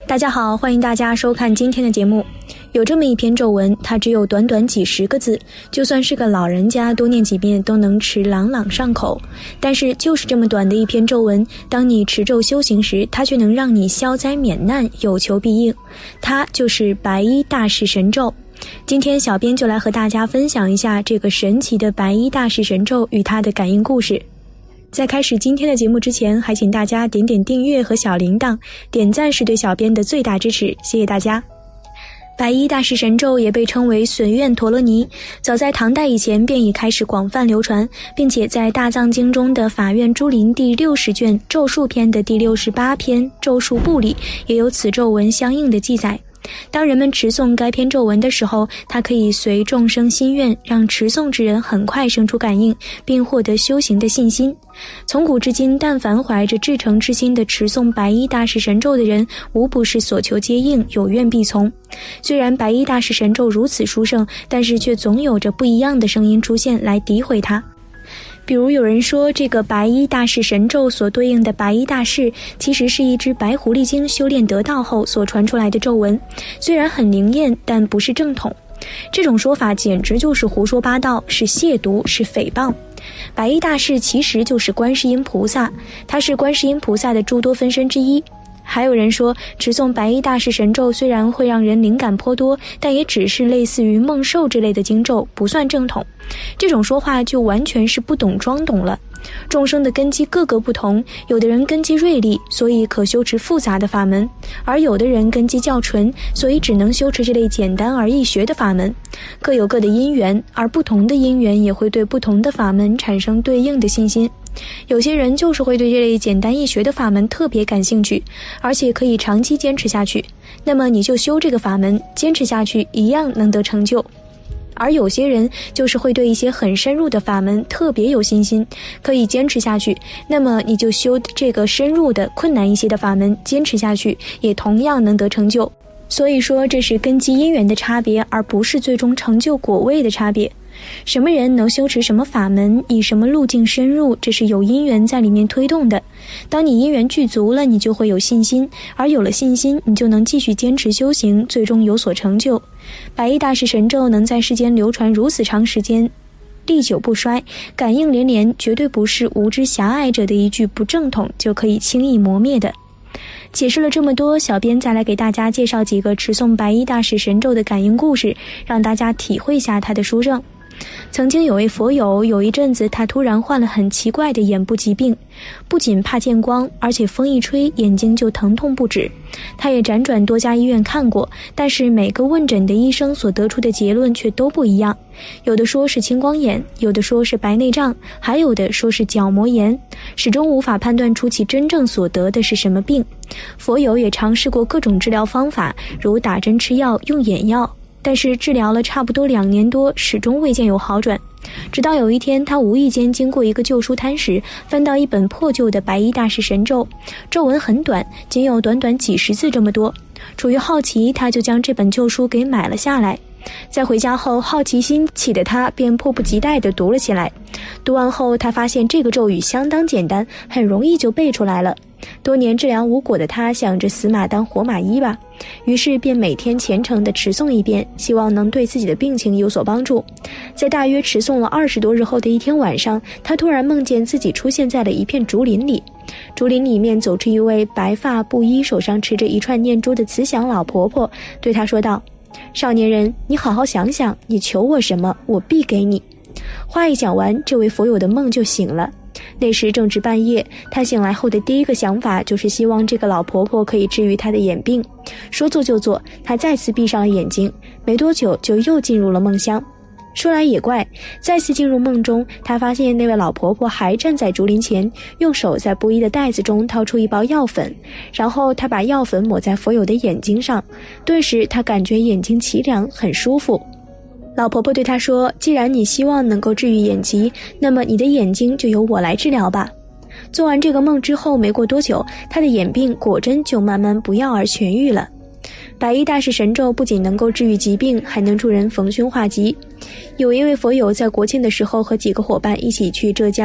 大家好，欢迎大家收看今天的节目。有这么一篇咒文，它只有短短几十个字，就算是个老人家多念几遍都能持朗朗上口。但是就是这么短的一篇咒文，当你持咒修行时，它却能让你消灾免难，有求必应。它就是白衣大士神咒。今天小编就来和大家分享一下这个神奇的白衣大士神咒与它的感应故事。在开始今天的节目之前，还请大家点点订阅和小铃铛，点赞是对小编的最大支持，谢谢大家。白衣大士神咒也被称为损愿陀罗尼，早在唐代以前便已开始广泛流传，并且在大藏经中的法院珠林第60卷咒术篇的第68篇咒术部里也有此咒文相应的记载。当人们持诵该篇咒文的时候，它可以随众生心愿，让持诵之人很快生出感应，并获得修行的信心。从古至今，但凡怀着至诚之心的持诵白衣大士神咒的人，无不是所求皆应，有愿必从。虽然白衣大士神咒如此殊胜，但是却总有着不一样的声音出现来诋毁它。比如有人说，这个白衣大士神咒所对应的白衣大士，其实是一只白狐狸精修炼得道后所传出来的咒文，虽然很灵验，但不是正统。这种说法简直就是胡说八道，是亵渎，是诽谤。白衣大士其实就是观世音菩萨，他是观世音菩萨的诸多分身之一。还有人说，持诵白衣大士神咒虽然会让人灵感颇多，但也只是类似于梦兽之类的经咒，不算正统。这种说话就完全是不懂装懂了。众生的根基各个不同，有的人根基锐利，所以可修持复杂的法门，而有的人根基较纯，所以只能修持这类简单而易学的法门。各有各的因缘，而不同的因缘也会对不同的法门产生对应的信心。有些人就是会对这类简单易学的法门特别感兴趣，而且可以长期坚持下去，那么你就修这个法门，坚持下去一样能得成就。而有些人就是会对一些很深入的法门特别有信心，可以坚持下去，那么你就修这个深入的困难一些的法门，坚持下去也同样能得成就。所以说这是根基因缘的差别，而不是最终成就果位的差别。什么人能修持什么法门，以什么路径深入，这是有因缘在里面推动的。当你因缘具足了，你就会有信心，而有了信心，你就能继续坚持修行，最终有所成就。白衣大士神咒能在世间流传如此长时间，历久不衰，感应连连，绝对不是无知狭隘者的一句不正统就可以轻易磨灭的。解释了这么多，小编再来给大家介绍几个持诵白衣大士神咒的感应故事，让大家体会下它的殊胜。曾经有位佛友，有一阵子他突然患了很奇怪的眼部疾病，不仅怕见光，而且风一吹眼睛就疼痛不止。他也辗转多家医院看过，但是每个问诊的医生所得出的结论却都不一样，有的说是青光眼，有的说是白内障，还有的说是角膜炎，始终无法判断出其真正所得的是什么病。佛友也尝试过各种治疗方法，如打针吃药，用眼药，但是治疗了差不多2年多，始终未见有好转。直到有一天，他无意间经过一个旧书摊时，翻到一本破旧的白衣大士神咒，咒文很短，仅有短短几十字这么多。出于好奇，他就将这本旧书给买了下来。在回家后，好奇心起的他便迫不及待地读了起来。读完后，他发现这个咒语相当简单，很容易就背出来了。多年治疗无果的他想着死马当活马医吧，于是便每天虔诚地持诵一遍，希望能对自己的病情有所帮助。在大约持诵了20多日后的一天晚上，他突然梦见自己出现在了一片竹林里。竹林里面走出一位白发布衣，手上持着一串念珠的慈祥老婆婆，对他说道：少年人，你好好想想，你求我什么，我必给你。话一讲完，这位佛友的梦就醒了。那时正值半夜，他醒来后的第一个想法就是希望这个老婆婆可以治愈他的眼病。说做就做，他再次闭上了眼睛，没多久就又进入了梦乡。说来也怪，再次进入梦中，他发现那位老婆婆还站在竹林前，用手在布衣的袋子中掏出一包药粉，然后他把药粉抹在佛友的眼睛上，顿时他感觉眼睛奇凉，很舒服。老婆婆对他说：既然你希望能够治愈眼疾，那么你的眼睛就由我来治疗吧。做完这个梦之后，没过多久，他的眼病果真就慢慢不药而痊愈了。白衣大士神咒不仅能够治愈疾病，还能助人逢凶化吉。有一位佛友在国庆的时候和几个伙伴一起去浙江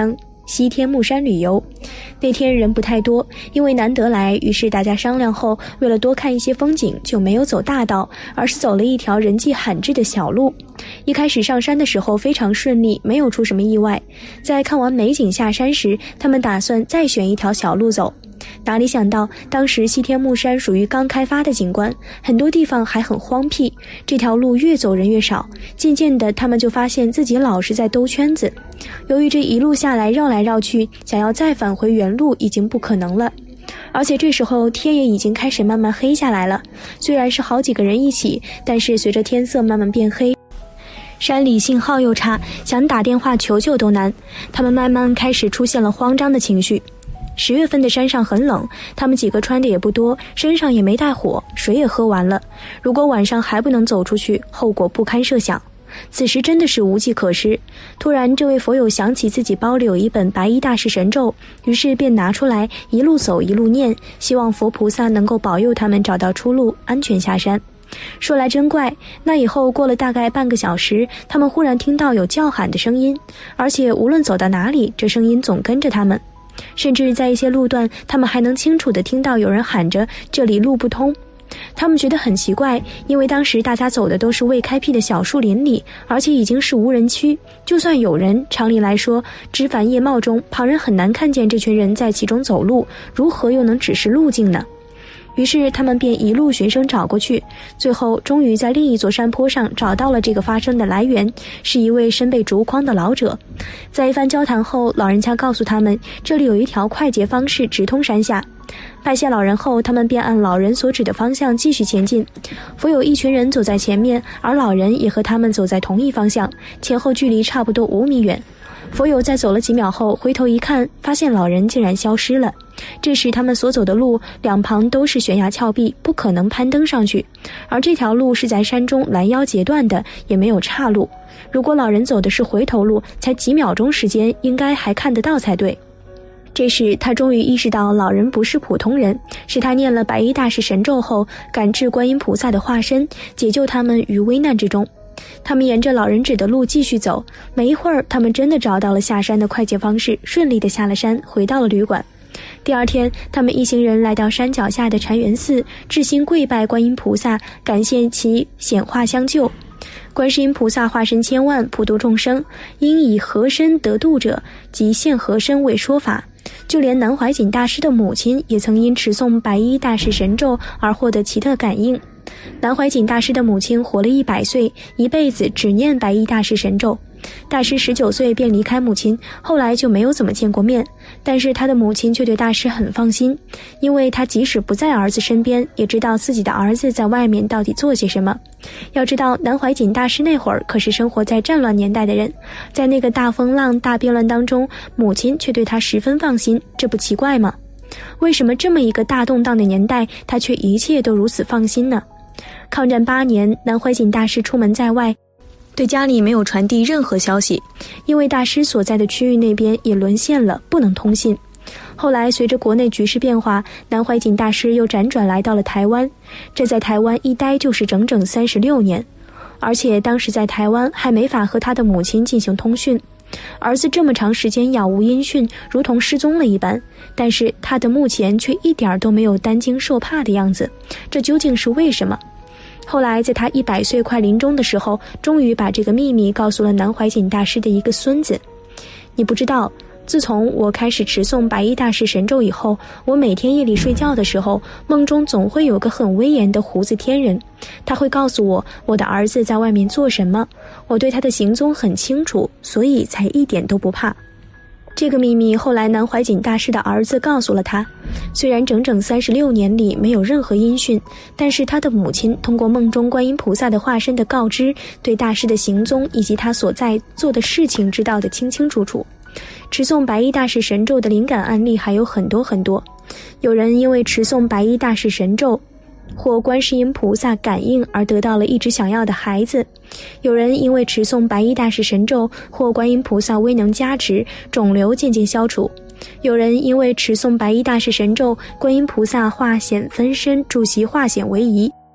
西天目山旅游。那天人不太多，因为难得来，于是大家商量后，为了多看一些风景，就没有走大道，而是走了一条人迹罕至的小路。一开始上山的时候非常顺利，没有出什么意外。在看完美景下山时，他们打算再选一条小路走。哪里想到，当时西天目山属于刚开发的景观，很多地方还很荒僻，这条路越走人越少，渐渐的他们就发现自己老是在兜圈子。由于这一路下来绕来绕去，想要再返回原路已经不可能了。而且这时候天也已经开始慢慢黑下来了，虽然是好几个人一起，但是随着天色慢慢变黑，山里信号又差，想打电话求救都难，他们慢慢开始出现了慌张的情绪。10月份的山上很冷，他们几个穿的也不多，身上也没带火，水也喝完了。如果晚上还不能走出去，后果不堪设想。此时真的是无计可施。突然这位佛友想起自己包里有一本白衣大士神咒，于是便拿出来一路走一路念，希望佛菩萨能够保佑他们找到出路，安全下山。说来真怪，那以后过了大概半个小时，他们忽然听到有叫喊的声音，而且无论走到哪里，这声音总跟着他们。甚至在一些路段，他们还能清楚地听到有人喊着这里路不通。他们觉得很奇怪，因为当时大家走的都是未开辟的小树林里，而且已经是无人区，就算有人，常理来说，枝繁叶茂中，旁人很难看见这群人在其中走路，如何又能指示路径呢？于是他们便一路循声找过去，最后终于在另一座山坡上找到了这个发声的来源，是一位身被竹筐的老者。在一番交谈后，老人家告诉他们，这里有一条快捷方式直通山下。拜谢老人后，他们便按老人所指的方向继续前进。佛有一群人走在前面，而老人也和他们走在同一方向，前后距离差不多5米远。佛友在走了几秒后回头一看，发现老人竟然消失了。这时他们所走的路两旁都是悬崖峭壁，不可能攀登上去，而这条路是在山中拦腰截断的，也没有岔路。如果老人走的是回头路，才几秒钟时间，应该还看得到才对。这时他终于意识到老人不是普通人，是他念了白衣大士神咒后感知观音菩萨的化身，解救他们于危难之中。他们沿着老人指的路继续走，没一会儿他们真的找到了下山的快捷方式，顺利地下了山，回到了旅馆。第二天，他们一行人来到山脚下的禅园寺，至心跪拜观音菩萨，感谢其显化相救。观世音菩萨化身千万，普度众生，因以何身得度者，即现何身为说法。就连南怀瑾大师的母亲也曾因持诵白衣大士神咒而获得奇特感应。南怀瑾大师的母亲活了100岁，一辈子只念白衣大士神咒。大师19岁便离开母亲，后来就没有怎么见过面，但是他的母亲却对大师很放心，因为他即使不在儿子身边，也知道自己的儿子在外面到底做些什么。要知道南怀瑾大师那会儿可是生活在战乱年代的人，在那个大风浪大变乱当中，母亲却对他十分放心，这不奇怪吗？为什么这么一个大动荡的年代，他却一切都如此放心呢？抗战8年，南怀瑾大师出门在外，对家里没有传递任何消息，因为大师所在的区域那边也沦陷了，不能通信。后来随着国内局势变化，南怀瑾大师又辗转来到了台湾，这在台湾一待就是整整36年，而且当时在台湾还没法和他的母亲进行通讯。儿子这么长时间杳无音讯，如同失踪了一般，但是他的目前却一点都没有担惊受怕的样子，这究竟是为什么？后来在他100岁快临终的时候，终于把这个秘密告诉了南怀瑾大师的一个孙子。你不知道，自从我开始持诵白衣大士神咒以后，我每天夜里睡觉的时候，梦中总会有个很威严的胡子天人，他会告诉我我的儿子在外面做什么，我对他的行踪很清楚，所以才一点都不怕。这个秘密后来南怀瑾大师的儿子告诉了他，虽然整整36年里没有任何音讯，但是他的母亲通过梦中观音菩萨的化身的告知，对大师的行踪以及他所在做的事情知道得清清楚楚。持诵白衣大士神咒的灵感案例还有很多很多，有人因为持诵白衣大士神咒或观世音菩萨感应而得到了一直想要的孩子，有人因为持诵白衣大士神咒或观音菩萨威能加持，肿瘤渐渐消除，有人因为持诵白衣大士神咒，观音菩萨化显分身，助其化险为夷。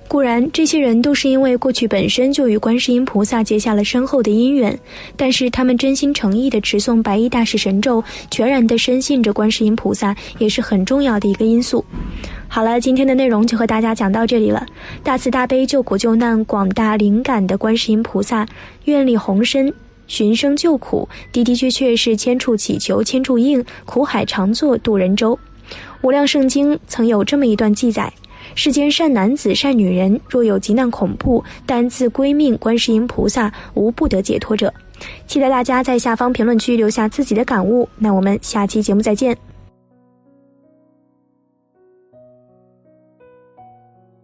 固然这些人都是因为过去本身就与观世音菩萨结下了深厚的因缘，但是他们真心诚意地持诵白衣大士神咒，全然地深信着观世音菩萨，也是很重要的一个因素。好了，今天的内容就和大家讲到这里了。大慈大悲救苦救难广大灵感的观世音菩萨，愿力宏深，寻声救苦，的的确确是千处祈求千处应，苦海常作渡人舟。无量圣经曾有这么一段记载，世间善男子善女人，若有急难恐怖，但自归命观世音菩萨，无不得解脱者。期待大家在下方评论区留下自己的感悟，那我们下期节目再见。